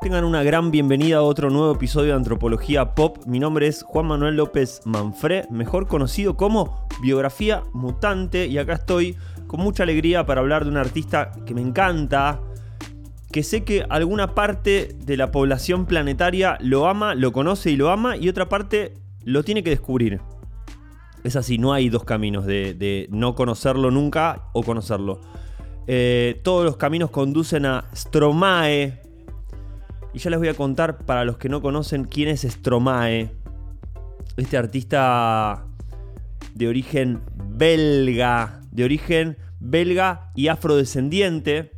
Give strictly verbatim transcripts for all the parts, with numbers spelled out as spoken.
Tengan una gran bienvenida a otro nuevo episodio de Antropología Pop. Mi nombre es Juan Manuel López Manfré, mejor conocido como Biografía Mutante, y acá estoy con mucha alegría para hablar de un artista que me encanta, que sé que alguna parte de la población planetaria lo ama, lo conoce y lo ama, y otra parte lo tiene que descubrir. Es así, no hay dos caminos de, de no conocerlo nunca o conocerlo. Eh, todos los caminos conducen a Stromae. Y ya les voy a contar, para los que no conocen, quién es Stromae. Este artista de origen belga, de origen belga y afrodescendiente.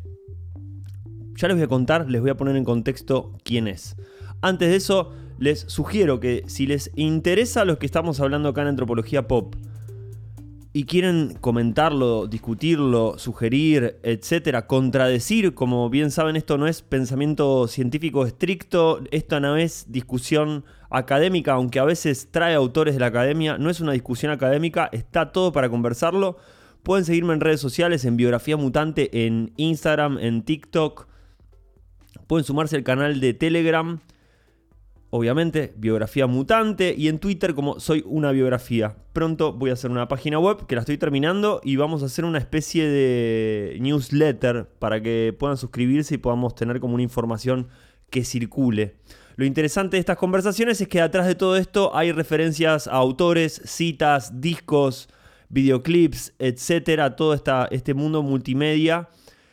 Ya les voy a contar, les voy a poner en contexto quién es. Antes de eso, les sugiero que si les interesa lo que estamos hablando acá en Antropología Pop y quieren comentarlo, discutirlo, sugerir, etcétera, contradecir, como bien saben, esto no es pensamiento científico estricto, esto no es discusión académica, aunque a veces trae autores de la academia, no es una discusión académica, está todo para conversarlo. Pueden seguirme en redes sociales, en Biografía Mutante, en Instagram, en TikTok. Pueden sumarse al canal de Telegram, obviamente, Biografía Mutante, y en Twitter como Soy Una Biografía. Pronto voy a hacer una página web que la estoy terminando y vamos a hacer una especie de newsletter para que puedan suscribirse y podamos tener como una información que circule. Lo interesante de estas conversaciones es que atrás de todo esto hay referencias a autores, citas, discos, videoclips, etcétera, todo esta, este mundo multimedia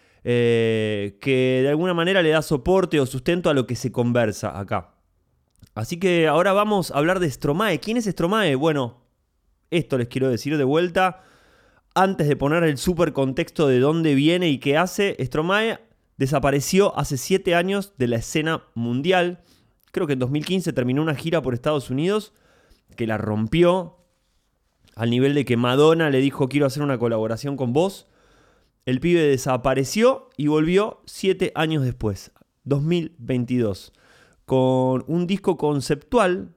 eh, que de alguna manera le da soporte o sustento a lo que se conversa acá. Así que ahora vamos a hablar de Stromae. ¿Quién es Stromae? Bueno, esto les quiero decir de vuelta. Antes de poner el súper contexto de dónde viene y qué hace, Stromae desapareció hace siete años de la escena mundial. Creo que en dos mil quince terminó una gira por Estados Unidos que la rompió al nivel de que Madonna le dijo: quiero hacer una colaboración con vos. El pibe desapareció y volvió siete años después, dos mil veintidós. Con un disco conceptual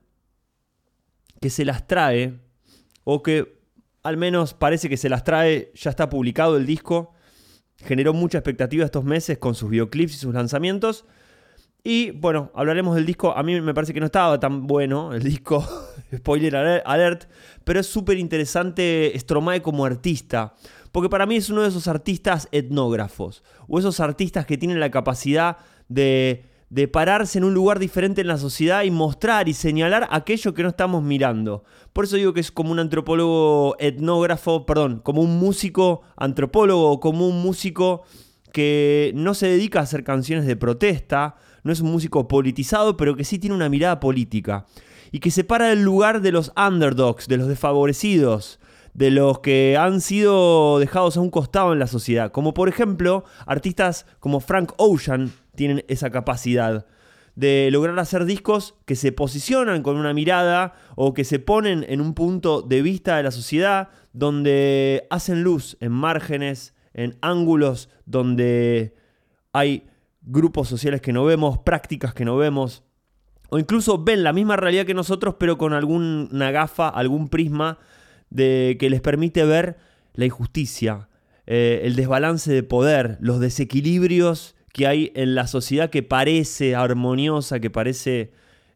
que se las trae, o que al menos parece que se las trae, ya está publicado el disco, generó mucha expectativa estos meses con sus videoclips y sus lanzamientos, y bueno, hablaremos del disco. A mí me parece que no estaba tan bueno el disco, spoiler alert, pero es súper interesante Stromae como artista, porque para mí es uno de esos artistas etnógrafos, o esos artistas que tienen la capacidad de... de pararse en un lugar diferente en la sociedad y mostrar y señalar aquello que no estamos mirando. Por eso digo que es como un antropólogo etnógrafo, perdón, como un músico antropólogo, como un músico que no se dedica a hacer canciones de protesta, no es un músico politizado, pero que sí tiene una mirada política, y que se para del lugar de los underdogs, de los desfavorecidos, de los que han sido dejados a un costado en la sociedad, como por ejemplo artistas como Frank Ocean tienen esa capacidad de lograr hacer discos que se posicionan con una mirada o que se ponen en un punto de vista de la sociedad, donde hacen luz en márgenes, en ángulos donde hay grupos sociales que no vemos, prácticas que no vemos, o incluso ven la misma realidad que nosotros, pero con alguna gafa, algún prisma de que les permite ver la injusticia, eh, el desbalance de poder, los desequilibrios que hay en la sociedad, que parece armoniosa, que parece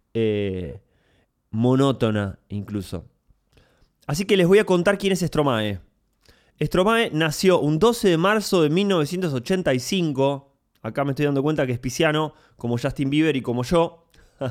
eh, monótona incluso. Así que les voy a contar quién es Stromae. Stromae nació un doce de marzo de mil novecientos ochenta y cinco. Acá me estoy dando cuenta que es pisciano, como Justin Bieber y como yo.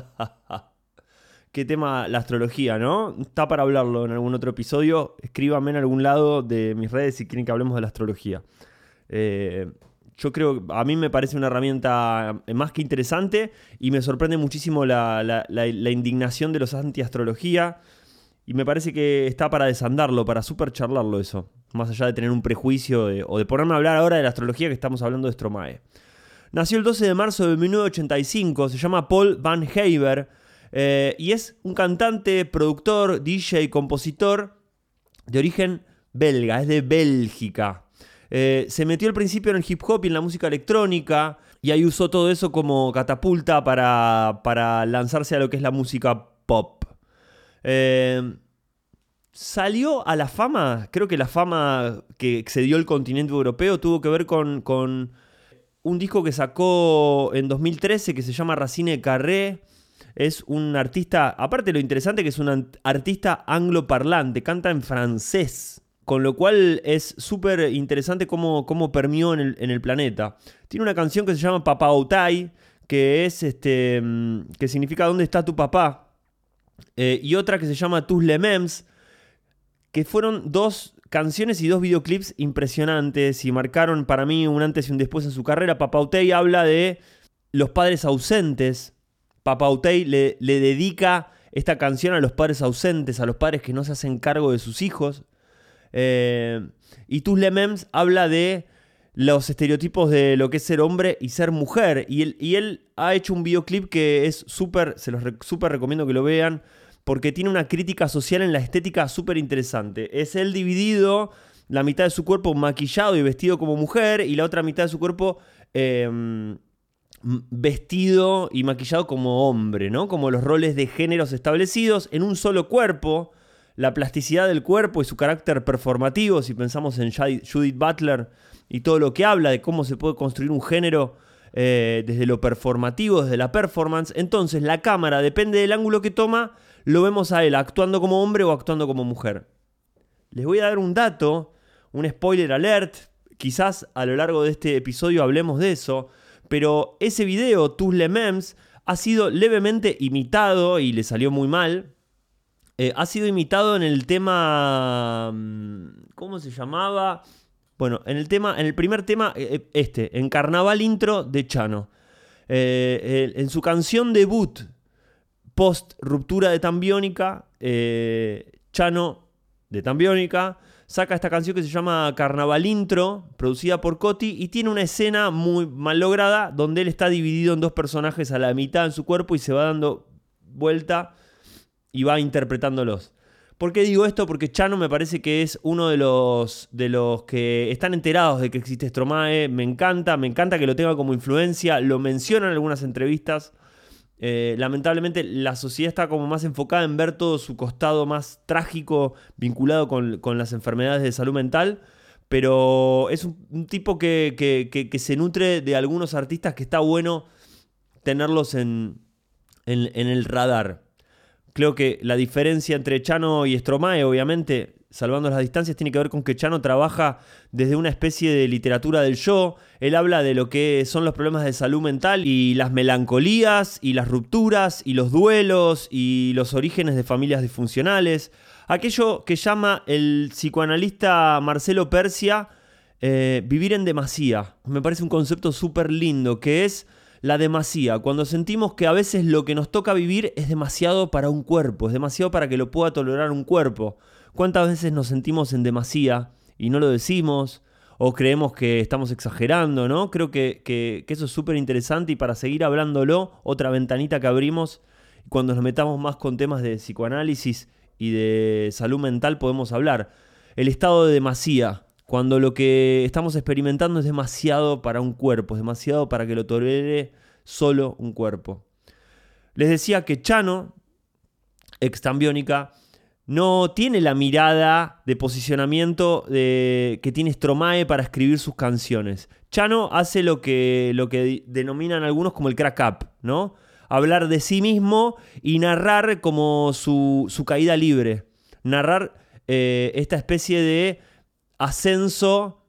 Qué tema la astrología, ¿no? Está para hablarlo en algún otro episodio. Escríbanme en algún lado de mis redes si quieren que hablemos de la astrología. Eh, yo creo, a mí me parece una herramienta más que interesante, y me sorprende muchísimo la, la, la, la indignación de los anti-astrología, y me parece que está para desandarlo, para super charlarlo eso, más allá de tener un prejuicio de, o de ponerme a hablar ahora de la astrología, que estamos hablando de Stromae. Nació el doce de marzo de mil novecientos ochenta y cinco, se llama Paul Van Haver, eh, y es un cantante, productor, D J, compositor de origen belga, es de Bélgica. Eh, se metió al principio en el hip hop y en la música electrónica, y ahí usó todo eso como catapulta para, para lanzarse a lo que es la música pop. Eh, salió a la fama, creo que la fama que excedió el continente europeo tuvo que ver con, con un disco que sacó en dos mil trece que se llama Racine Carré. Es un artista, aparte lo interesante que es un artista angloparlante, canta en francés, con lo cual es súper interesante cómo, cómo permeó en el, en el planeta. Tiene una canción que se llama Papa Outai, que es este, que significa ¿dónde está tu papá? Eh, y otra que se llama Tous les mêmes, que fueron dos canciones y dos videoclips impresionantes y marcaron para mí un antes y un después en su carrera. Papa Outai habla de los padres ausentes. Papa Outai le, le dedica esta canción a los padres ausentes, a los padres que no se hacen cargo de sus hijos. Eh, y Tous les mêmes habla de los estereotipos de lo que es ser hombre y ser mujer. Y él, y él ha hecho un videoclip que es súper, se los súper recomiendo que lo vean, porque tiene una crítica social en la estética súper interesante. Es él dividido, la mitad de su cuerpo maquillado y vestido como mujer, y la otra mitad de su cuerpo eh, vestido y maquillado como hombre, ¿no? Como los roles de géneros establecidos en un solo cuerpo. La plasticidad del cuerpo y su carácter performativo, si pensamos en Judith Butler y todo lo que habla de cómo se puede construir un género eh, desde lo performativo, desde la performance. Entonces la cámara, depende del ángulo que toma, lo vemos a él actuando como hombre o actuando como mujer. Les voy a dar un dato, un spoiler alert, quizás a lo largo de este episodio hablemos de eso, pero ese video, Tous les mêmes, ha sido levemente imitado y le salió muy mal. Eh, ha sido imitado en el tema... ¿Cómo se llamaba? Bueno, en el tema, en el primer tema, eh, este, en Carnaval Intro de Chano. Eh, eh, en su canción debut, post ruptura de Tambiónica, eh, Chano de Tambiónica saca esta canción que se llama Carnaval Intro, producida por Coti, y tiene una escena muy mal lograda donde él está dividido en dos personajes a la mitad en su cuerpo y se va dando vuelta y va interpretándolos. ¿Por qué digo esto? Porque Chano me parece que es uno de los, de los que están enterados de que existe Stromae. Me encanta, me encanta que lo tenga como influencia. Lo menciona en algunas entrevistas. Eh, lamentablemente la sociedad está como más enfocada en ver todo su costado más trágico vinculado con, con las enfermedades de salud mental. Pero es un, un tipo que, que, que, que se nutre de algunos artistas que está bueno tenerlos en, en, en el radar. Creo que la diferencia entre Chano y Stromae, obviamente, salvando las distancias, tiene que ver con que Chano trabaja desde una especie de literatura del yo. Él habla de lo que son los problemas de salud mental y las melancolías y las rupturas y los duelos y los orígenes de familias disfuncionales. Aquello que llama el psicoanalista Marcelo Persia eh, vivir en demasía. Me parece un concepto súper lindo, que es la demasía, cuando sentimos que a veces lo que nos toca vivir es demasiado para un cuerpo, es demasiado para que lo pueda tolerar un cuerpo. ¿Cuántas veces nos sentimos en demasía y no lo decimos? O creemos que estamos exagerando, ¿no? Creo que, que, que eso es súper interesante, y para seguir hablándolo, otra ventanita que abrimos, cuando nos metamos más con temas de psicoanálisis y de salud mental podemos hablar. El estado de demasía. Cuando lo que estamos experimentando es demasiado para un cuerpo, es demasiado para que lo tolere solo un cuerpo. Les decía que Chano, ex Tambiónica, no tiene la mirada de posicionamiento de, que tiene Stromae para escribir sus canciones. Chano hace lo que, lo que denominan algunos como el crack up, ¿no? Hablar de sí mismo y narrar como su, su caída libre. Narrar eh, esta especie de ascenso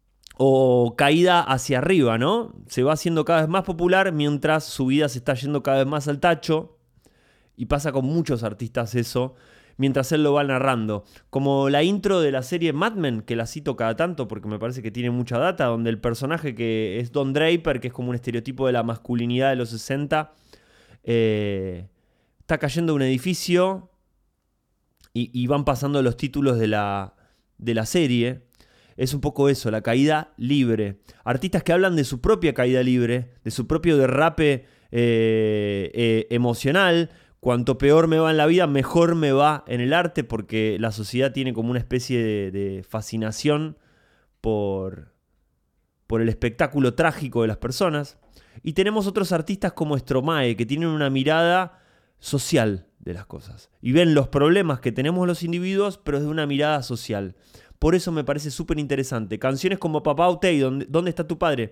o caída hacia arriba, ¿no? Se va haciendo cada vez más popular mientras su vida se está yendo cada vez más al tacho, y pasa con muchos artistas eso, mientras él lo va narrando. Como la intro de la serie Mad Men, que la cito cada tanto porque me parece que tiene mucha data, donde el personaje que es Don Draper, que es como un estereotipo de la masculinidad de los sesenta, eh, está cayendo un edificio y, y van pasando los títulos de la... de la serie. Es un poco eso, la caída libre. Artistas que hablan de su propia caída libre, de su propio derrape eh, eh, emocional. Cuanto peor me va en la vida, mejor me va en el arte, porque la sociedad tiene como una especie de, de fascinación por, por el espectáculo trágico de las personas. Y tenemos otros artistas como Stromae, que tienen una mirada social de las cosas y ven los problemas que tenemos los individuos, pero desde una mirada social. Por eso me parece súper interesante. Canciones como Papa Outai, ¿Dónde, ¿Dónde está tu padre?,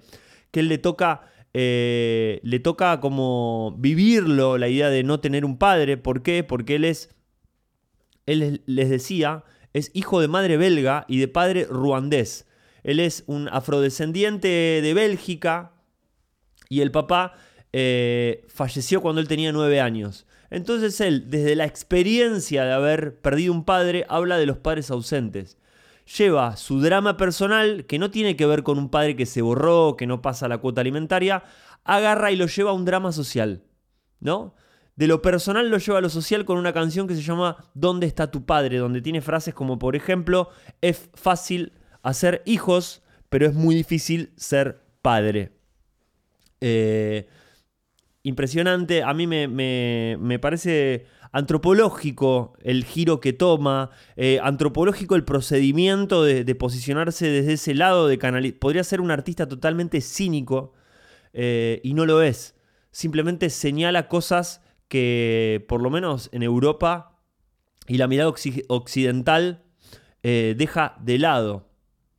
que él le toca, eh, le toca como vivirlo, la idea de no tener un padre. ¿Por qué? Porque él es, él les decía, es hijo de madre belga y de padre ruandés. Él es un afrodescendiente de Bélgica y el papá eh, falleció cuando él tenía nueve años. Entonces él, desde la experiencia de haber perdido un padre, habla de los padres ausentes. Lleva su drama personal, que no tiene que ver con un padre que se borró, que no pasa la cuota alimentaria, agarra y lo lleva a un drama social, ¿no? De lo personal lo lleva a lo social con una canción que se llama ¿Dónde está tu padre?, donde tiene frases como, por ejemplo, es fácil hacer hijos, pero es muy difícil ser padre. Eh, impresionante, a mí me, me, me parece antropológico el giro que toma, eh, antropológico el procedimiento de, de posicionarse desde ese lado, de canal. Podría ser un artista totalmente cínico eh, y no lo es. Simplemente señala cosas que, por lo menos en Europa y la mirada occidental, eh, deja de lado.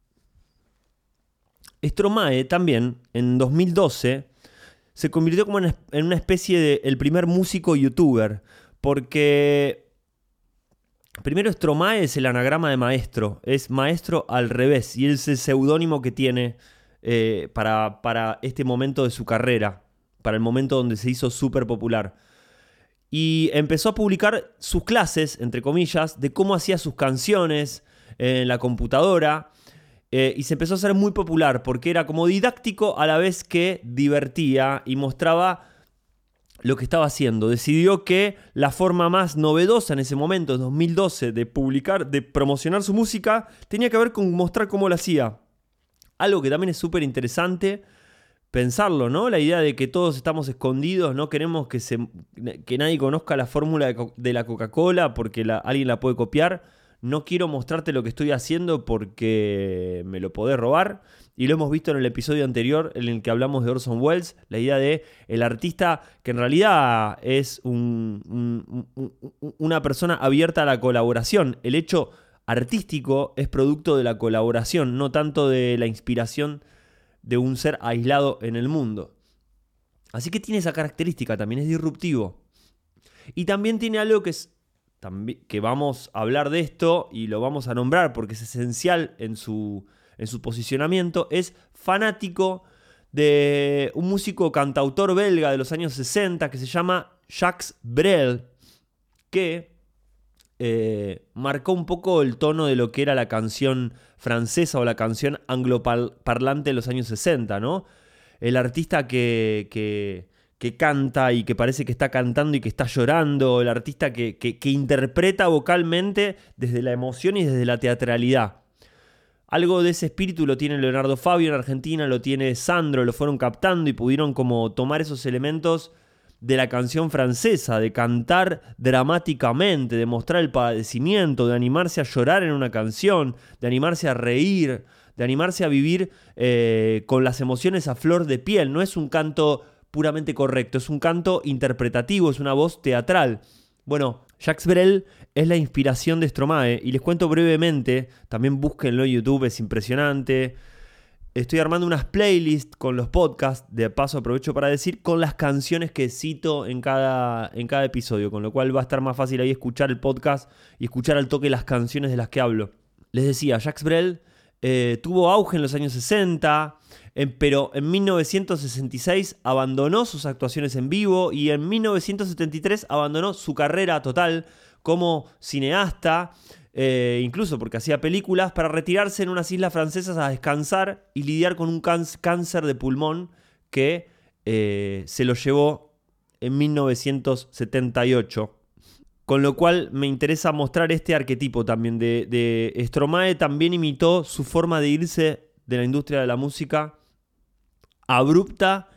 Stromae también, en dos mil doce, se convirtió como en una especie de el primer músico youtuber, porque primero Stromae es el anagrama de maestro, es maestro al revés, y es el seudónimo que tiene eh, para, para este momento de su carrera, para el momento donde se hizo súper popular. Y empezó a publicar sus clases, entre comillas, de cómo hacía sus canciones en la computadora. Eh, y se empezó a hacer muy popular porque era como didáctico a la vez que divertía y mostraba lo que estaba haciendo. Decidió que la forma más novedosa en ese momento, en dos mil doce, de publicar, de promocionar su música, tenía que ver con mostrar cómo lo hacía. Algo que también es súper interesante pensarlo, ¿no? La idea de que todos estamos escondidos, no queremos que, se, que nadie conozca la fórmula de, de la Coca-Cola porque la, alguien la puede copiar. No quiero mostrarte lo que estoy haciendo porque me lo podés robar. Y lo hemos visto en el episodio anterior en el que hablamos de Orson Welles. La idea de el artista que en realidad es un, un, un, una persona abierta a la colaboración. El hecho artístico es producto de la colaboración, no tanto de la inspiración de un ser aislado en el mundo. Así que tiene esa característica, también es disruptivo. Y también tiene algo que es... que vamos a hablar de esto y lo vamos a nombrar porque es esencial en su, en su posicionamiento, es fanático de un músico cantautor belga de los años sesenta que se llama Jacques Brel, que eh, marcó un poco el tono de lo que era la canción francesa o la canción angloparlante de los años sesenta, ¿no? El artista que... que que canta y que parece que está cantando y que está llorando, el artista que, que, que interpreta vocalmente desde la emoción y desde la teatralidad. Algo de ese espíritu lo tiene Leonardo Fabio en Argentina, lo tiene Sandro, lo fueron captando y pudieron como tomar esos elementos de la canción francesa, de cantar dramáticamente, de mostrar el padecimiento, de animarse a llorar en una canción, de animarse a reír, de animarse a vivir eh, con las emociones a flor de piel. No es un canto puramente correcto, es un canto interpretativo, es una voz teatral. Bueno, Jacques Brel es la inspiración de Stromae y les cuento brevemente, también búsquenlo en YouTube, es impresionante. Estoy armando unas playlists con los podcasts, de paso aprovecho para decir, con las canciones que cito en cada, en cada episodio, con lo cual va a estar más fácil ahí escuchar el podcast y escuchar al toque las canciones de las que hablo. Les decía, Jacques Brel eh, tuvo auge en los años sesenta, pero en mil novecientos sesenta y seis abandonó sus actuaciones en vivo y en mil novecientos setenta y tres abandonó su carrera total como cineasta, eh, incluso porque hacía películas, para retirarse en unas islas francesas a descansar y lidiar con un cáncer de pulmón que eh, se lo llevó en mil novecientos setenta y ocho. Con lo cual me interesa mostrar este arquetipo también de, de Stromae. También imitó su forma de irse de la industria de la música abrupta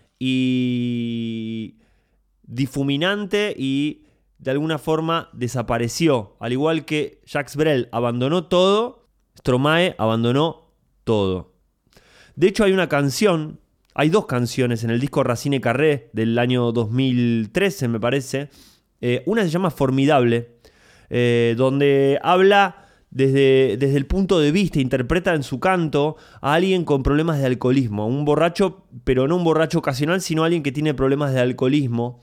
y difuminante y de alguna forma desapareció. Al igual que Jacques Brel abandonó todo, Stromae abandonó todo. De hecho hay una canción, hay dos canciones en el disco Racine Carré del año dos mil trece me parece. Eh, una se llama Formidable, eh, donde habla desde, desde el punto de vista, interpreta en su canto a alguien con problemas de alcoholismo, un borracho, pero no un borracho ocasional, sino alguien que tiene problemas de alcoholismo.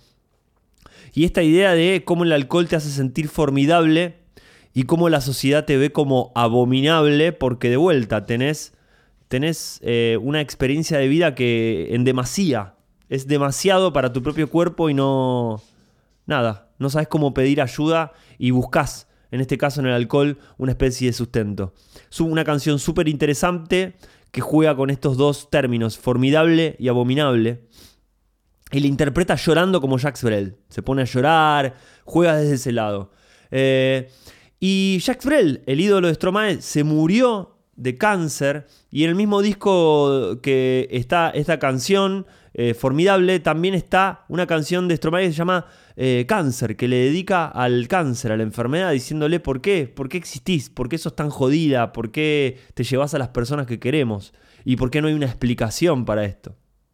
Y esta idea de cómo el alcohol te hace sentir formidable y cómo la sociedad te ve como abominable, porque de vuelta tenés, tenés eh, una experiencia de vida que en demasía, es demasiado para tu propio cuerpo y no... nada, no sabes cómo pedir ayuda y buscas, en este caso en el alcohol, una especie de sustento. Es una canción súper interesante que juega con estos dos términos, formidable y abominable. Y la interpreta llorando como Jacques Brel. Se pone a llorar, juega desde ese lado. Eh, y Jacques Brel, el ídolo de Stromae, se murió de cáncer. Y en el mismo disco que está esta canción, eh, Formidable, también está una canción de Stromae que se llama eh, Cáncer, que le dedica al cáncer, a la enfermedad, diciéndole por qué, por qué existís, por qué sos tan jodida, por qué te llevas a las personas que queremos y por qué no hay una explicación para esto.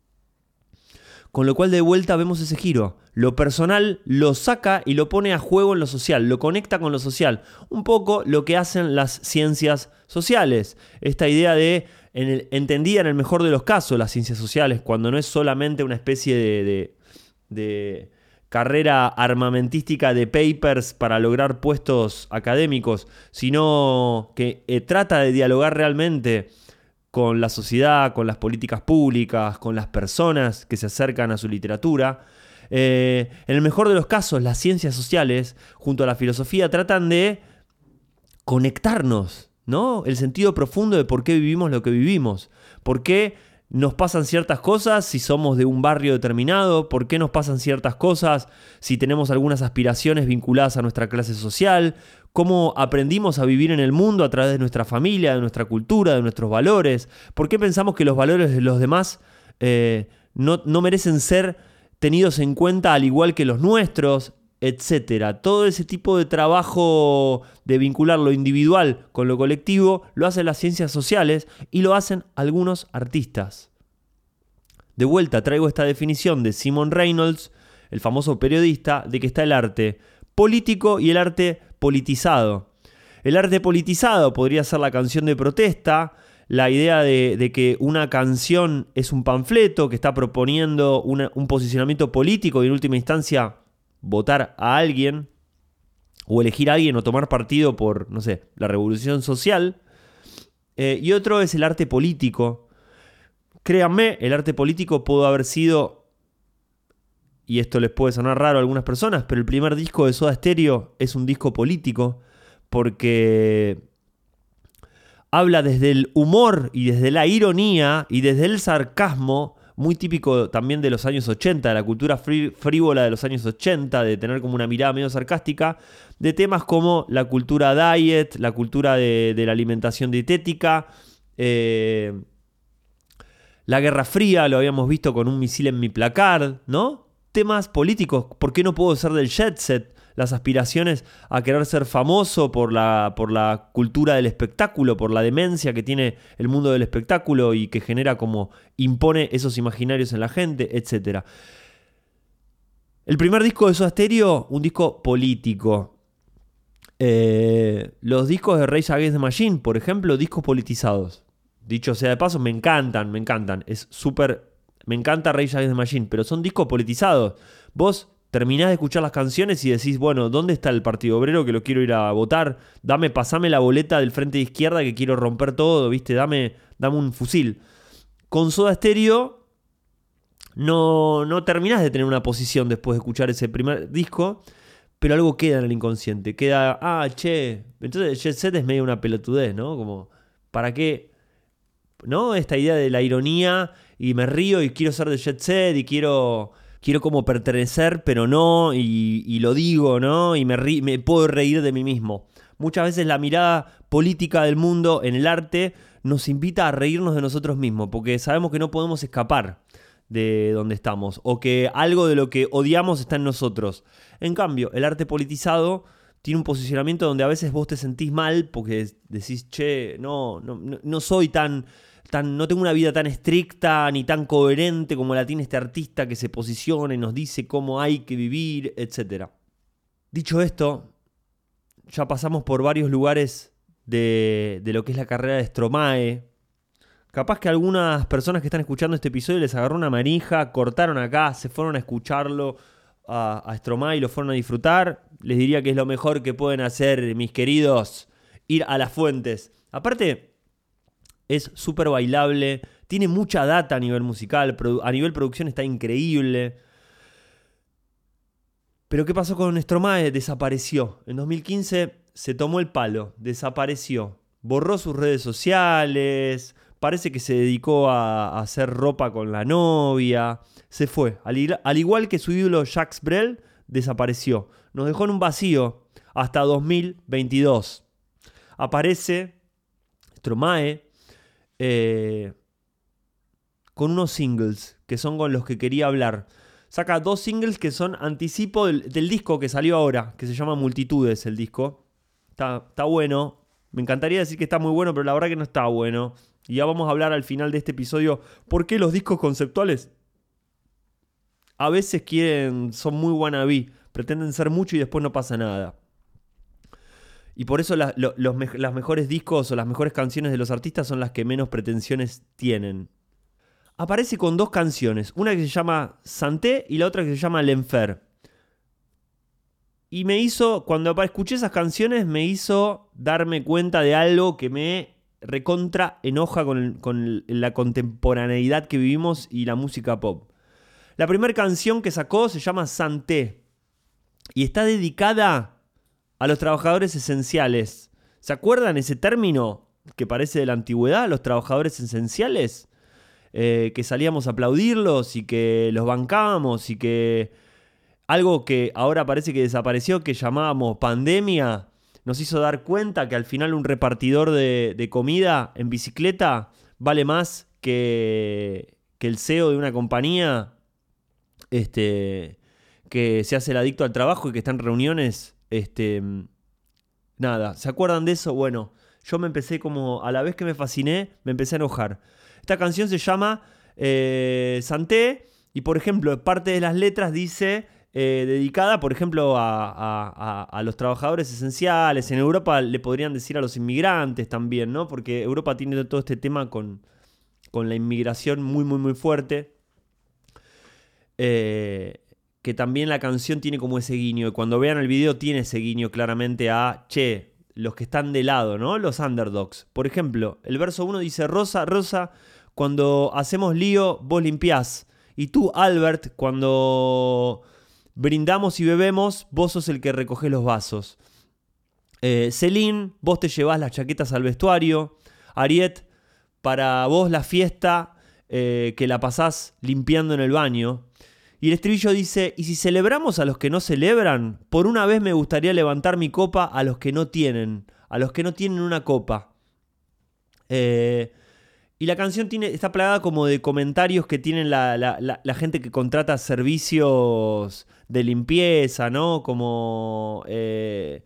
Con lo cual de vuelta vemos ese giro. Lo personal lo saca y lo pone a juego en lo social, lo conecta con lo social. Un poco lo que hacen las ciencias sociales. Esta idea de, en el, entendida en el mejor de los casos, las ciencias sociales, cuando no es solamente una especie de, de, de carrera armamentística de papers para lograr puestos académicos, sino que eh, trata de dialogar realmente con la sociedad, con las políticas públicas, con las personas que se acercan a su literatura. Eh, en el mejor de los casos, las ciencias sociales, junto a la filosofía, tratan de conectarnos, ¿no? El sentido profundo de por qué vivimos lo que vivimos. Por qué nos pasan ciertas cosas si somos de un barrio determinado. Por qué nos pasan ciertas cosas si tenemos algunas aspiraciones vinculadas a nuestra clase social. Cómo aprendimos a vivir en el mundo a través de nuestra familia, de nuestra cultura, de nuestros valores. ¿Por qué pensamos que los valores de los demás eh, no, no merecen ser tenidos en cuenta al igual que los nuestros, etcétera? Todo ese tipo de trabajo de vincular lo individual con lo colectivo lo hacen las ciencias sociales y lo hacen algunos artistas. De vuelta traigo esta definición de Simon Reynolds, el famoso periodista, de que está el arte político y el arte politizado. El arte politizado podría ser la canción de protesta, la idea de, de que una canción es un panfleto que está proponiendo una, un posicionamiento político y en última instancia votar a alguien o elegir a alguien o tomar partido por, no sé, la revolución social. Eh, y otro es el arte político. Créanme, el arte político pudo haber sido, y esto les puede sonar raro a algunas personas, pero el primer disco de Soda Stereo es un disco político porque habla desde el humor y desde la ironía y desde el sarcasmo, muy típico también de los años ochenta, de la cultura frívola de los años ochenta, de tener como una mirada medio sarcástica, de temas como la cultura diet, la cultura de, de la alimentación dietética, eh, la Guerra Fría, lo habíamos visto con Un misil en mi placard, ¿no? Temas políticos, ¿por qué no puedo ser del jet set? Las aspiraciones a querer ser famoso por la, por la cultura del espectáculo, por la demencia que tiene el mundo del espectáculo y que genera como impone esos imaginarios en la gente, etcétera. El primer disco de Soda Stereo, un disco político. Eh, los discos de Rage Against the Machine, por ejemplo, discos politizados. Dicho sea de paso, me encantan, me encantan. Es súper... Me encanta Rage Against the Machine, pero son discos politizados. Vos terminás de escuchar las canciones y decís, bueno, ¿dónde está el Partido Obrero que lo quiero ir a votar? Dame, pasame la boleta del frente de izquierda que quiero romper todo, ¿viste? Dame, dame un fusil. Con Soda Stereo no, no terminás de tener una posición después de escuchar ese primer disco, pero algo queda en el inconsciente. Queda, ah, che, entonces el Jet Set es medio una pelotudez, ¿no? Como, ¿para qué? ¿No? Esta idea de la ironía y me río y quiero ser de Jet Set y quiero, quiero como pertenecer, pero no, y, y lo digo, ¿no? Y me, ri- me puedo reír de mí mismo. Muchas veces la mirada política del mundo en el arte nos invita a reírnos de nosotros mismos, porque sabemos que no podemos escapar de donde estamos, o que algo de lo que odiamos está en nosotros. En cambio, el arte politizado tiene un posicionamiento donde a veces vos te sentís mal porque decís, che, no, no, no soy tan... Tan, no tengo una vida tan estricta ni tan coherente como la tiene este artista que se posiciona y nos dice cómo hay que vivir, etcétera. Dicho esto, ya pasamos por varios lugares de, de lo que es la carrera de Stromae. Capaz que algunas personas que están escuchando este episodio les agarró una manija, cortaron acá, se fueron a escucharlo a, a Stromae y lo fueron a disfrutar. Les diría que es lo mejor que pueden hacer, mis queridos, ir a las fuentes. Aparte, es súper bailable, tiene mucha data a nivel musical, a nivel producción está increíble. Pero ¿qué pasó con Stromae? Desapareció. En dos mil quince se tomó el palo, desapareció. Borró sus redes sociales, parece que se dedicó a, a hacer ropa con la novia. Se fue. Al, al igual que su ídolo Jacques Brel, desapareció. Nos dejó en un vacío hasta dos mil veintidós. Aparece Stromae eh, con unos singles que son con los que quería hablar. Saca dos singles que son anticipo del, del disco que salió ahora, que se llama Multitudes el disco. Está, está bueno. Me encantaría decir que está muy bueno, pero la verdad que no está bueno. Y ya vamos a hablar al final de este episodio por qué los discos conceptuales a veces quieren, son muy wannabe, pretenden ser mucho y después no pasa nada. Y por eso la, lo, los me, las mejores discos o las mejores canciones de los artistas son las que menos pretensiones tienen. Aparece con dos canciones, una que se llama Santé y la otra que se llama L'Enfer. Y me hizo, cuando escuché esas canciones, me hizo darme cuenta de algo que me recontra enoja con, el, con la contemporaneidad que vivimos y la música pop. La primera canción que sacó se llama Santé y está dedicada a los trabajadores esenciales. ¿Se acuerdan ese término que parece de la antigüedad? Los trabajadores esenciales. Eh, que salíamos a aplaudirlos y que los bancábamos y que algo que ahora parece que desapareció, que llamábamos pandemia, nos hizo dar cuenta que al final un repartidor de, de comida en bicicleta vale más que, que el C E O de una compañía este, que se hace el adicto al trabajo y que está en reuniones. Este, nada, ¿se acuerdan de eso? Bueno, yo me empecé como, a la vez que me fasciné, me empecé a enojar. Esta canción se llama eh, Santé y, por ejemplo, parte de las letras dice eh, dedicada, por ejemplo, a, a, a, a los trabajadores esenciales. En Europa le podrían decir a los inmigrantes también, ¿no? Porque Europa tiene todo este tema con, con la inmigración muy, muy, muy fuerte. Eh, que también la canción tiene como ese guiño. Y cuando vean el video tiene ese guiño claramente a, che, los que están de lado, ¿no? Los underdogs. Por ejemplo, el verso uno dice, Rosa, Rosa, cuando hacemos lío, vos limpiás. Y tú, Albert, cuando brindamos y bebemos, vos sos el que recogés los vasos. Eh, Celine, vos te llevás las chaquetas al vestuario. Ariet, para vos la fiesta, eh, que la pasás limpiando en el baño. Y el estribillo dice, y si celebramos a los que no celebran, por una vez me gustaría levantar mi copa a los que no tienen, a los que no tienen una copa. Eh, y la canción tiene, está plagada como de comentarios que tienen la, la, la, la gente que contrata servicios de limpieza, ¿no? Como eh,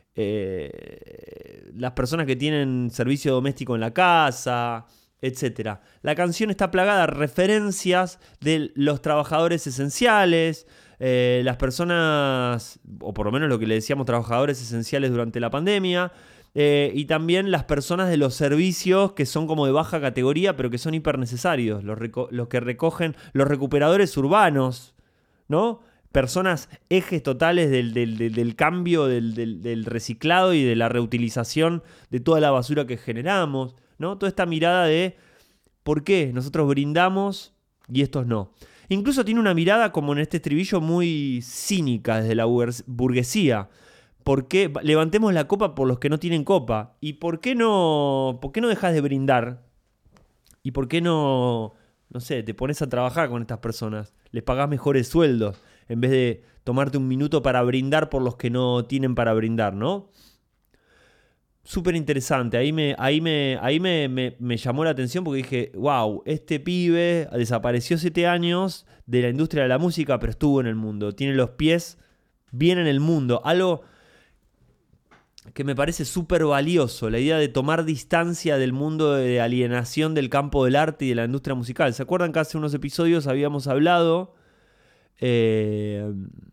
eh, las personas que tienen servicio doméstico en la casa, etcétera. La canción está plagada de referencias de los trabajadores esenciales, eh, las personas, o por lo menos lo que le decíamos trabajadores esenciales durante la pandemia, eh, y también las personas de los servicios que son como de baja categoría, pero que son hiper necesarios, los, reco- los que recogen, los recuperadores urbanos, ¿no? Personas, ejes totales del, del, del, del cambio, del, del, del reciclado y de la reutilización de toda la basura que generamos, ¿no? Toda esta mirada de por qué nosotros brindamos y estos no. Incluso tiene una mirada, como en este estribillo, muy cínica desde la burguesía. ¿Por qué? Levantemos la copa por los que no tienen copa. ¿Y por qué no, por qué no dejas de brindar? ¿Y por qué no, no sé, te pones a trabajar con estas personas? Les pagás mejores sueldos en vez de tomarte un minuto para brindar por los que no tienen para brindar, ¿no? Súper interesante, ahí, me, ahí, me, ahí me, me, me llamó la atención porque dije, wow, este pibe desapareció siete años de la industria de la música, pero estuvo en el mundo, tiene los pies bien en el mundo, algo que me parece súper valioso, la idea de tomar distancia del mundo de alienación del campo del arte y de la industria musical. ¿Se acuerdan que hace unos episodios habíamos hablado eh,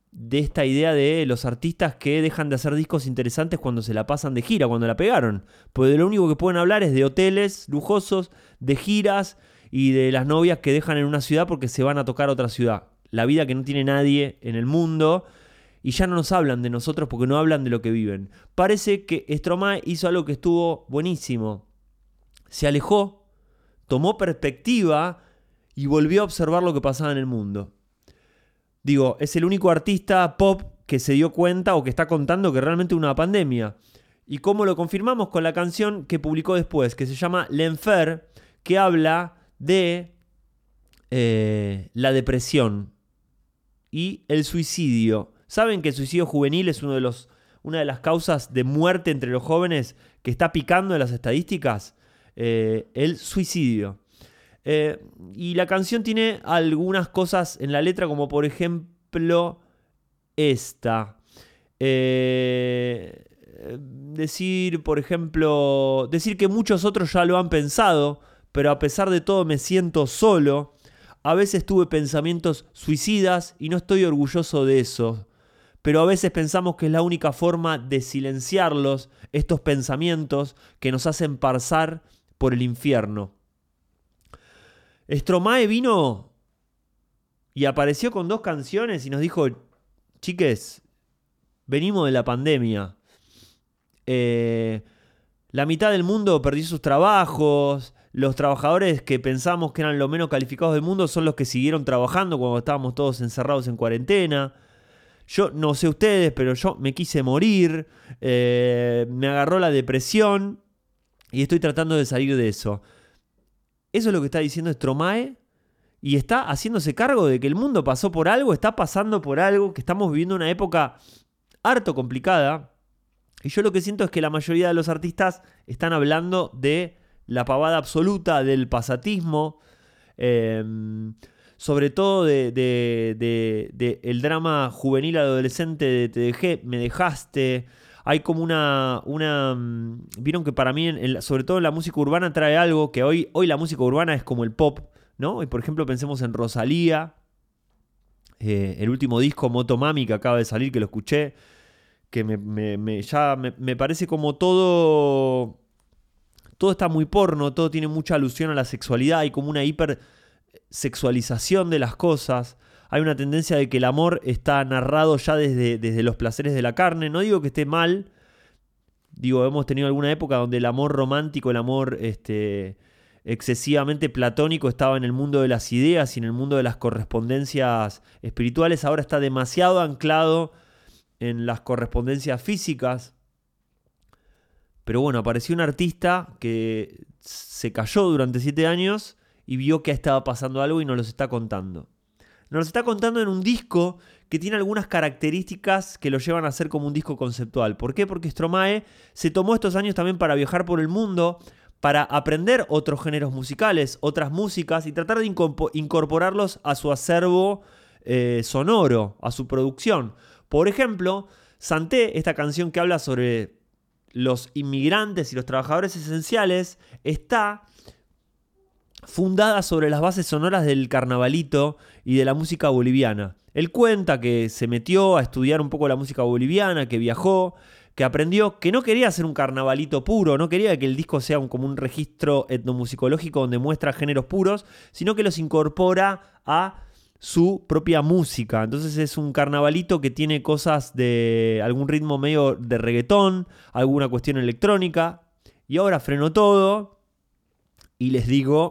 de esta idea de los artistas que dejan de hacer discos interesantes cuando se la pasan de gira, cuando la pegaron. Porque de lo único que pueden hablar es de hoteles lujosos, de giras y de las novias que dejan en una ciudad porque se van a tocar a otra ciudad. La vida que no tiene nadie en el mundo. Y ya no nos hablan de nosotros porque no hablan de lo que viven. Parece que Stromae hizo algo que estuvo buenísimo. Se alejó, tomó perspectiva y volvió a observar lo que pasaba en el mundo. Digo, es el único artista pop que se dio cuenta o que está contando que realmente es una pandemia. ¿Y cómo lo confirmamos? Con la canción que publicó después, que se llama L'Enfer, que habla de eh, la depresión y el suicidio. ¿Saben que el suicidio juvenil es uno de los, una de las causas de muerte entre los jóvenes que está picando en las estadísticas? Eh, el suicidio. Eh, y la canción tiene algunas cosas en la letra, como por ejemplo esta. Eh, decir, por ejemplo, decir que muchos otros ya lo han pensado, pero a pesar de todo me siento solo. A veces tuve pensamientos suicidas y no estoy orgulloso de eso. Pero a veces pensamos que es la única forma de silenciarlos, estos pensamientos que nos hacen pasar por el infierno. Stromae vino y apareció con dos canciones y nos dijo: chiques, venimos de la pandemia. Eh, la mitad del mundo perdió sus trabajos. Los trabajadores que pensamos que eran los menos calificados del mundo son los que siguieron trabajando cuando estábamos todos encerrados en cuarentena. Yo no sé ustedes, pero yo me quise morir. Eh, me agarró la depresión y estoy tratando de salir de eso. Eso es lo que está diciendo Stromae y está haciéndose cargo de que el mundo pasó por algo, está pasando por algo, que estamos viviendo una época harto complicada. Y yo lo que siento es que la mayoría de los artistas están hablando de la pavada absoluta, del pasatismo, eh, sobre todo de, de, de, de el drama juvenil adolescente de te dejé, me dejaste. Hay como una, una... Vieron que para mí, en, en, sobre todo en la música urbana, trae algo que hoy, hoy la música urbana es como el pop, ¿no? Y por ejemplo pensemos en Rosalía, eh, el último disco Motomami que acaba de salir, que lo escuché, que me, me, me, ya me, me parece como todo... Todo está muy porno, todo tiene mucha alusión a la sexualidad, hay como una hipersexualización de las cosas. Hay una tendencia de que el amor está narrado ya desde, desde los placeres de la carne. No digo que esté mal. Digo, hemos tenido alguna época donde el amor romántico, el amor este, excesivamente platónico estaba en el mundo de las ideas y en el mundo de las correspondencias espirituales. Ahora está demasiado anclado en las correspondencias físicas. Pero bueno, apareció un artista que se cayó durante siete años y vio que estaba pasando algo y nos lo está contando. Nos lo está contando en un disco que tiene algunas características que lo llevan a ser como un disco conceptual. ¿Por qué? Porque Stromae se tomó estos años también para viajar por el mundo, para aprender otros géneros musicales, otras músicas y tratar de incorporarlos a su acervo eh, sonoro, a su producción. Por ejemplo, Santé, esta canción que habla sobre los inmigrantes y los trabajadores esenciales, está fundada sobre las bases sonoras del carnavalito y de la música boliviana. Él cuenta que se metió a estudiar un poco la música boliviana, que viajó, que aprendió, que no quería hacer un carnavalito puro, no quería que el disco sea un, como un registro etnomusicológico donde muestra géneros puros, sino que los incorpora a su propia música. Entonces es un carnavalito que tiene cosas de algún ritmo medio de reggaetón, alguna cuestión electrónica. Y ahora freno todo y les digo: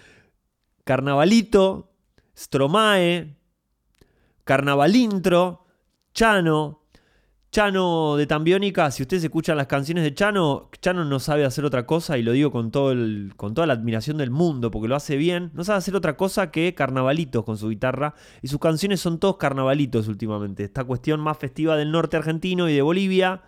carnavalito, Stromae, carnavalintro, Chano. Chano de Tambiónica, si ustedes escuchan las canciones de Chano, Chano no sabe hacer otra cosa, y lo digo con, todo el, con toda la admiración del mundo, porque lo hace bien. No sabe hacer otra cosa que carnavalitos con su guitarra, y sus canciones son todos carnavalitos últimamente. Esta cuestión más festiva del norte argentino y de Bolivia.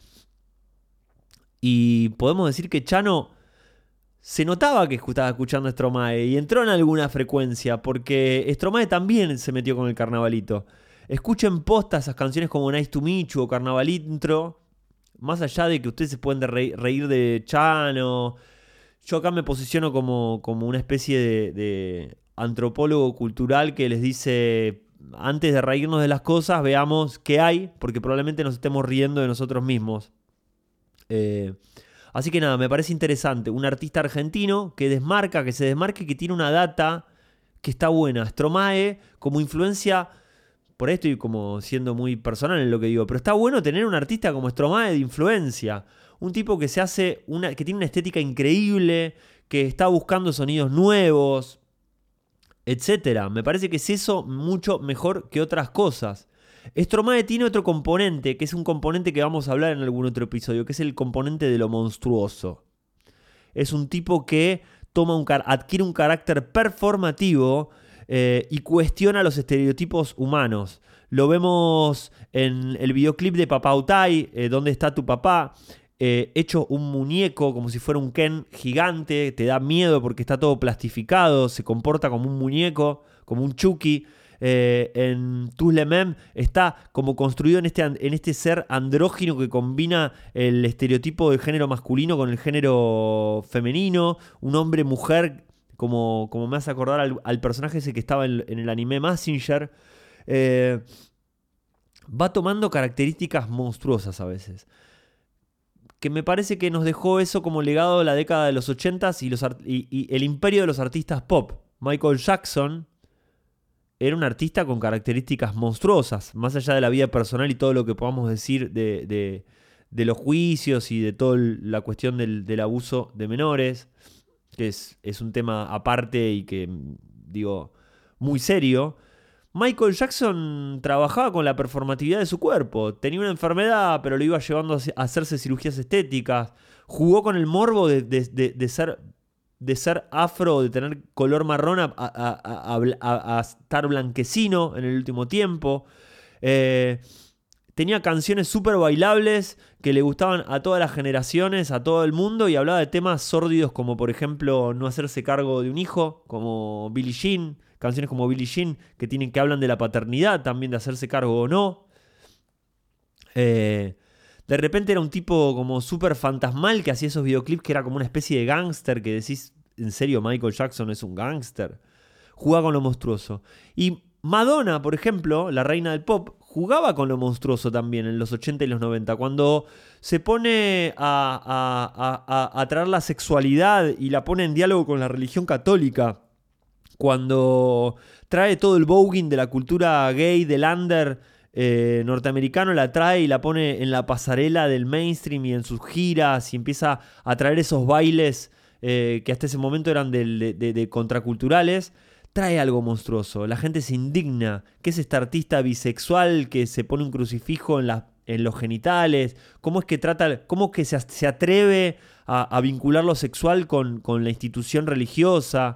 Y podemos decir que Chano se notaba que estaba escuchando a Stromae y entró en alguna frecuencia, porque Stromae también se metió con el carnavalito. Escuchen posta esas canciones como Nice to Meet You o Carnavalintro. Más allá de que ustedes se pueden reír, reír de Chano. Yo acá me posiciono como, como una especie de, de antropólogo cultural que les dice: antes de reírnos de las cosas, veamos qué hay, porque probablemente nos estemos riendo de nosotros mismos. Eh, así que nada, me parece interesante. Un artista argentino que desmarca, que se desmarque, que tiene una data que está buena. Stromae, como influencia, por ahí estoy como siendo muy personal en lo que digo, pero está bueno tener un artista como Stromae de influencia. Un tipo que se hace una, que tiene una estética increíble, que está buscando sonidos nuevos, etcétera. Me parece que es eso mucho mejor que otras cosas. Stromae tiene otro componente, que es un componente que vamos a hablar en algún otro episodio, que es el componente de lo monstruoso. Es un tipo que toma un, adquiere un carácter performativo eh, y cuestiona los estereotipos humanos. Lo vemos en el videoclip de Papá Utai, eh, ¿Dónde está tu papá? Eh, hecho un muñeco como si fuera un Ken gigante, te da miedo porque está todo plastificado, se comporta como un muñeco, como un Chucky. Eh, en Tous les Mêmes está como construido en este, en este ser andrógino que combina el estereotipo del género masculino con el género femenino, un hombre-mujer, como, como me hace acordar al, al personaje ese que estaba en, en el anime Mazinger. Eh, va tomando características monstruosas a veces, que me parece que nos dejó eso como legado de la década de los ochentas y, los y, y el imperio de los artistas pop. Michael Jackson era un artista con características monstruosas, más allá de la vida personal y todo lo que podamos decir de, de, de los juicios y de toda la cuestión del, del abuso de menores, que es, es un tema aparte y que, digo, muy serio. Michael Jackson trabajaba con la performatividad de su cuerpo. Tenía una enfermedad, pero lo iba llevando a hacerse cirugías estéticas. Jugó con el morbo de, de, de, de, ser, de ser afro, de tener color marrón a, a, a, a, a estar blanquecino en el último tiempo. Eh, tenía canciones súper bailables que le gustaban a todas las generaciones, a todo el mundo, y hablaba de temas sórdidos como, por ejemplo, no hacerse cargo de un hijo, como Billie Jean. Canciones como Billie Jean que, tienen, que hablan de la paternidad, también de hacerse cargo o no. Eh, de repente era un tipo como súper fantasmal que hacía esos videoclips que era como una especie de gángster que decís, ¿en serio Michael Jackson es un gángster? Jugaba con lo monstruoso. Y Madonna, por ejemplo, la reina del pop, jugaba con lo monstruoso también en los ochenta y los noventa. Cuando se pone a, a, a, a, a traer la sexualidad y la pone en diálogo con la religión católica. Cuando trae todo el voguing de la cultura gay, del under eh, norteamericano, la trae y la pone en la pasarela del mainstream y en sus giras y empieza a traer esos bailes eh, que hasta ese momento eran de, de, de, de contraculturales, trae algo monstruoso. La gente se indigna. ¿Qué es esta artista bisexual que se pone un crucifijo en, la, en los genitales? ¿Cómo es que trata, cómo es que se, se atreve a, a vincular lo sexual con, con la institución religiosa?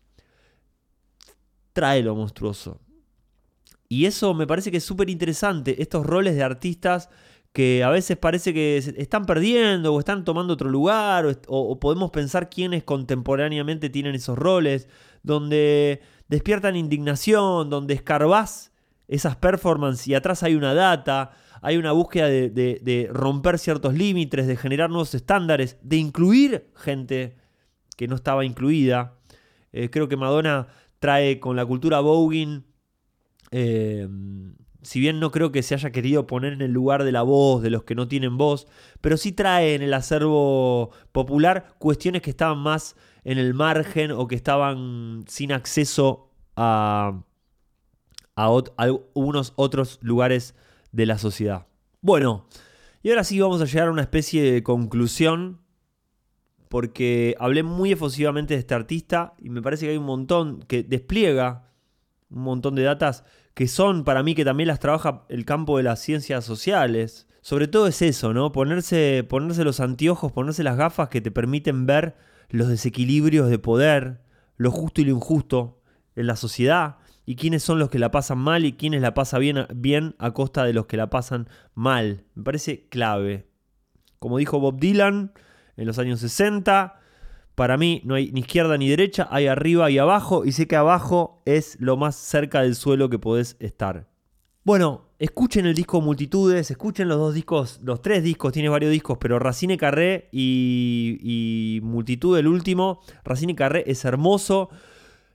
Trae lo monstruoso. Y eso me parece que es súper interesante, estos roles de artistas que a veces parece que están perdiendo o están tomando otro lugar, o, o podemos pensar quiénes contemporáneamente tienen esos roles, donde despiertan indignación, donde escarbás esas performances y atrás hay una data, hay una búsqueda de, de, de romper ciertos límites, de generar nuevos estándares, de incluir gente que no estaba incluida. Eh, creo que Madonna trae con la cultura voguing, eh, si bien no creo que se haya querido poner en el lugar de la voz de los que no tienen voz, pero sí trae en el acervo popular cuestiones que estaban más en el margen o que estaban sin acceso a, a, ot- a algunos otros lugares de la sociedad. Bueno, y ahora sí vamos a llegar a una especie de conclusión, porque hablé muy efusivamente de este artista y me parece que hay un montón que despliega un montón de datas que son para mí, que también las trabaja el campo de las ciencias sociales. Sobre todo es eso, ¿no? Ponerse, ponerse los anteojos, ponerse las gafas que te permiten ver los desequilibrios de poder, lo justo y lo injusto en la sociedad, y quiénes son los que la pasan mal y quiénes la pasan bien, bien a costa de los que la pasan mal. Me parece clave. Como dijo Bob Dylan en los años sesenta, para mí no hay ni izquierda ni derecha, hay arriba y abajo, y sé que abajo es lo más cerca del suelo que podés estar. Bueno, escuchen el disco Multitudes, escuchen los dos discos, los tres discos, tiene varios discos, pero Racine Carré y, y Multitud, el último. Racine Carré es hermoso.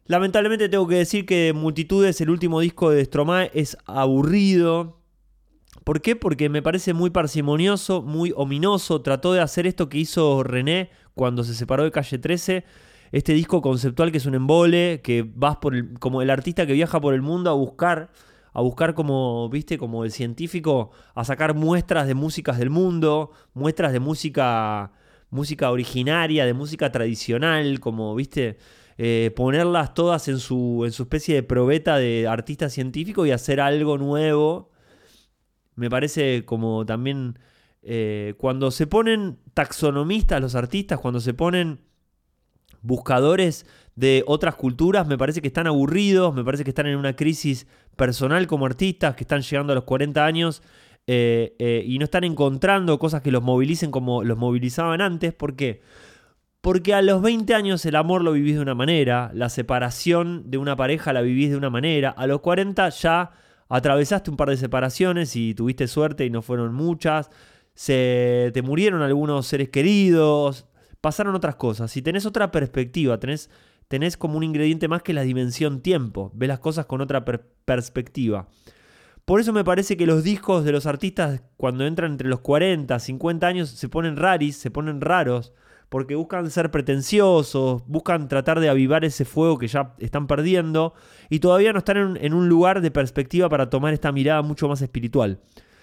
Lamentablemente tengo que decir que Multitudes, el último disco de Stromae, es aburrido. ¿Por qué? Porque me parece muy parsimonioso, muy ominoso. Trató de hacer esto que hizo René cuando se separó de Calle trece. Este disco conceptual que es un embole, que vas por el, como el artista que viaja por el mundo a buscar, a buscar como, viste, como el científico, a sacar muestras de músicas del mundo, muestras de música, música originaria, de música tradicional, como, viste, eh, ponerlas todas en su, en su especie de probeta de artista científico y hacer algo nuevo. Me parece como también eh, cuando se ponen taxonomistas los artistas, cuando se ponen buscadores de otras culturas, me parece que están aburridos, me parece que están en una crisis personal como artistas, que están llegando a los cuarenta años eh, eh, y no están encontrando cosas que los movilicen como los movilizaban antes. ¿Por qué? Porque a los veinte años el amor lo vivís de una manera, la separación de una pareja la vivís de una manera, a los cuarenta ya atravesaste un par de separaciones y tuviste suerte y no fueron muchas, se te murieron algunos seres queridos, pasaron otras cosas. Si tenés otra perspectiva, tenés, tenés como un ingrediente más que la dimensión tiempo, ves las cosas con otra per- perspectiva. Por eso me parece que los discos de los artistas cuando entran entre los cuarenta, cincuenta años se ponen raris, se ponen raros, porque buscan ser pretenciosos, buscan tratar de avivar ese fuego que ya están perdiendo y todavía no están en, en un lugar de perspectiva para tomar esta mirada mucho más espiritual.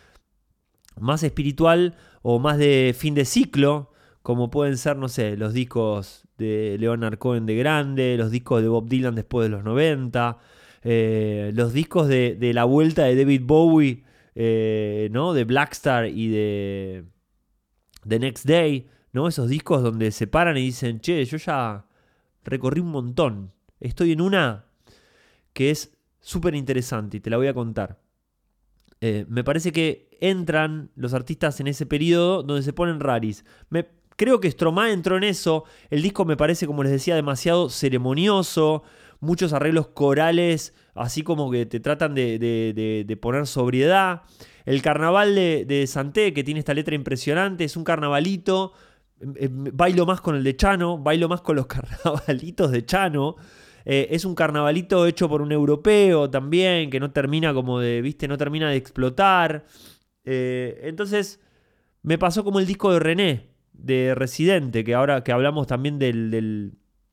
Más espiritual o más de fin de ciclo, como pueden ser, no sé, los discos de Leonard Cohen de grande, los discos de Bob Dylan después de los noventa, eh, los discos de, de la vuelta de David Bowie, eh, ¿no? De Blackstar y de The Next Day, ¿no? Esos discos donde se paran y dicen, che, yo ya recorrí un montón. Estoy en una que es súper interesante y te la voy a contar. Eh, me parece que entran los artistas en ese periodo donde se ponen raris. Me, creo que Stromae entró en eso. El disco me parece, como les decía, demasiado ceremonioso. Muchos arreglos corales, así como que te tratan de, de, de, de poner sobriedad. El carnaval de, de Santé, que tiene esta letra impresionante, es un carnavalito. Eh, bailo más con el de Chano, bailo más con los carnavalitos de Chano. Eh, es un carnavalito hecho por un europeo también, que no termina como de, viste, no termina de explotar. Eh, entonces, me pasó como el disco de René, de Residente, que ahora que hablamos también del, del,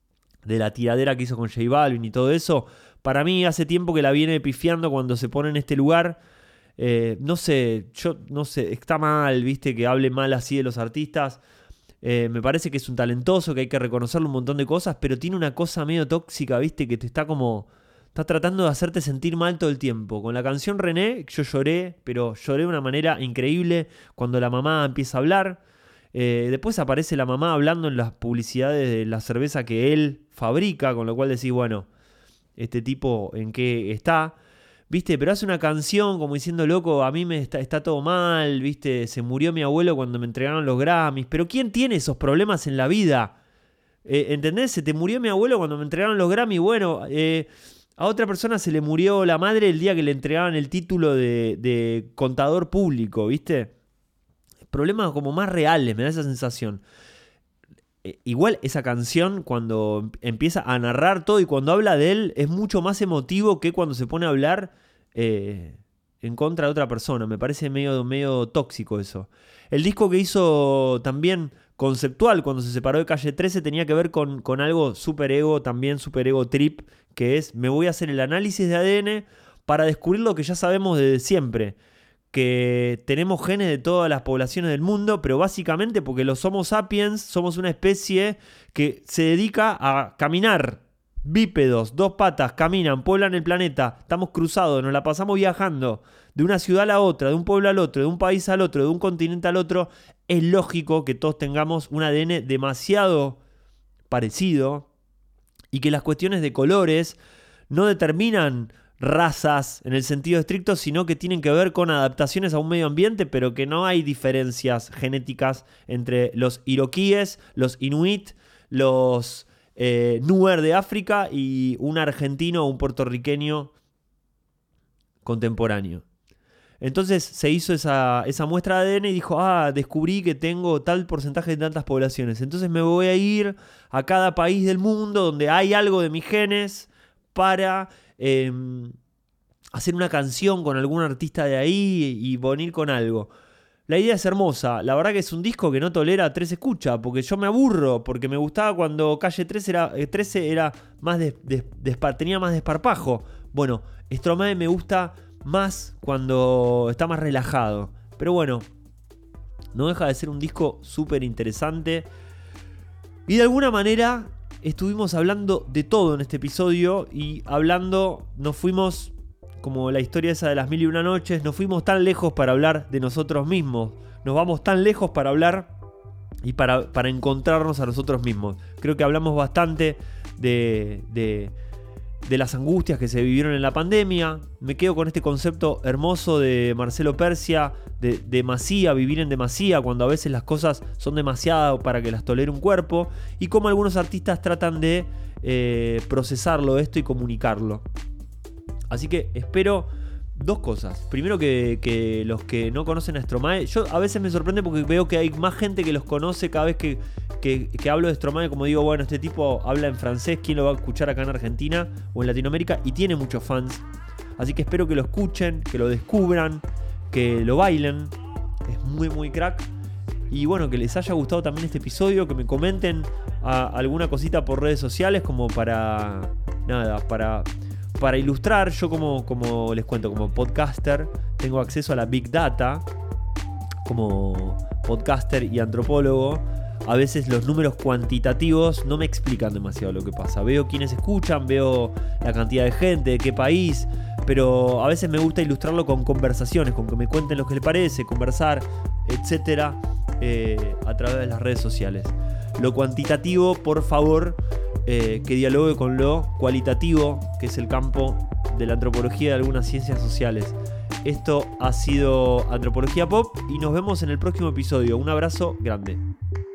de la tiradera que hizo con J Balvin y todo eso. Para mí hace tiempo que la viene pifiando cuando se pone en este lugar. Eh, no sé, yo no sé, está mal, viste, que hable mal así de los artistas. Eh, me parece que es un talentoso, que hay que reconocerle un montón de cosas, pero tiene una cosa medio tóxica, viste, que te está como... Está tratando de hacerte sentir mal todo el tiempo. Con la canción René, yo lloré, pero lloré de una manera increíble cuando la mamá empieza a hablar. Eh, después aparece la mamá hablando en las publicidades de la cerveza que él fabrica, con lo cual decís, bueno, este tipo en qué está... ¿Viste? Pero hace una canción como diciendo, loco, a mí me está, está todo mal, ¿viste? Se murió mi abuelo cuando me entregaron los Grammys. Pero ¿quién tiene esos problemas en la vida? Eh, ¿Entendés? Se te murió mi abuelo cuando me entregaron los Grammys. Bueno, eh, a otra persona se le murió la madre el día que le entregaban el título de, de contador público, ¿viste? Problemas como más reales, me da esa sensación. Eh, igual esa canción cuando empieza a narrar todo y cuando habla de él es mucho más emotivo que cuando se pone a hablar eh, en contra de otra persona. Me parece medio, medio tóxico eso. El disco que hizo también conceptual cuando se separó de Calle trece tenía que ver con, con algo super ego, también super ego trip, que es me voy a hacer el análisis de A D N para descubrir lo que ya sabemos desde siempre. Que tenemos genes de todas las poblaciones del mundo, pero básicamente porque los Homo sapiens somos una especie que se dedica a caminar. Bípedos, dos patas, caminan, pueblan el planeta, estamos cruzados, nos la pasamos viajando de una ciudad a la otra, de un pueblo al otro, de un país al otro, de un continente al otro. Es lógico que todos tengamos un A D N demasiado parecido y que las cuestiones de colores no determinan razas en el sentido estricto, sino que tienen que ver con adaptaciones a un medio ambiente, pero que no hay diferencias genéticas entre los iroquíes, los inuit, los eh, nuer de África y un argentino o un puertorriqueño contemporáneo. Entonces se hizo esa, esa muestra de A D N y dijo, ah, descubrí que tengo tal porcentaje de tantas poblaciones. Entonces me voy a ir a cada país del mundo donde hay algo de mis genes para eh, hacer una canción con algún artista de ahí y venir con algo. La idea es hermosa. La verdad que es un disco que no tolera tres escuchas, porque yo me aburro, porque me gustaba cuando Calle trece era, trece era más de, de, de, tenía más desparpajo. Bueno, Stromae me gusta más cuando está más relajado. Pero bueno, no deja de ser un disco súper interesante. Y de alguna manera estuvimos hablando de todo en este episodio. Y hablando, nos fuimos... como la historia esa de las mil y una noches, nos fuimos tan lejos para hablar de nosotros mismos. Nos vamos tan lejos para hablar y para, para encontrarnos a nosotros mismos. Creo que hablamos bastante de, de, de las angustias que se vivieron en la pandemia. Me quedo con este concepto hermoso de Marcelo Persia, de demasía, vivir en demasía, cuando a veces las cosas son demasiado para que las tolere un cuerpo. Y cómo algunos artistas tratan de eh, procesarlo esto y comunicarlo. Así que espero dos cosas. Primero que, que los que no conocen a Stromae, yo a veces me sorprende porque veo que hay más gente que los conoce cada vez que, que, que hablo de Stromae. Como digo, bueno, este tipo habla en francés, ¿quién lo va a escuchar acá en Argentina o en Latinoamérica? Y tiene muchos fans. Así que espero que lo escuchen, que lo descubran, que lo bailen. Es muy muy crack. Y bueno, que les haya gustado también este episodio, que me comenten a, alguna cosita por redes sociales como para... Nada, para... Para ilustrar, yo como, como les cuento, como podcaster, tengo acceso a la Big Data. Como podcaster y antropólogo, a veces los números cuantitativos no me explican demasiado lo que pasa. Veo quiénes escuchan, veo la cantidad de gente, de qué país, pero a veces me gusta ilustrarlo con conversaciones, con que me cuenten lo que les parece, conversar, etcétera, eh, a través de las redes sociales. Lo cuantitativo, por favor... Eh, que dialogue con lo cualitativo, que es el campo de la antropología y de algunas ciencias sociales. Esto ha sido Antropología Pop y nos vemos en el próximo episodio. Un abrazo grande.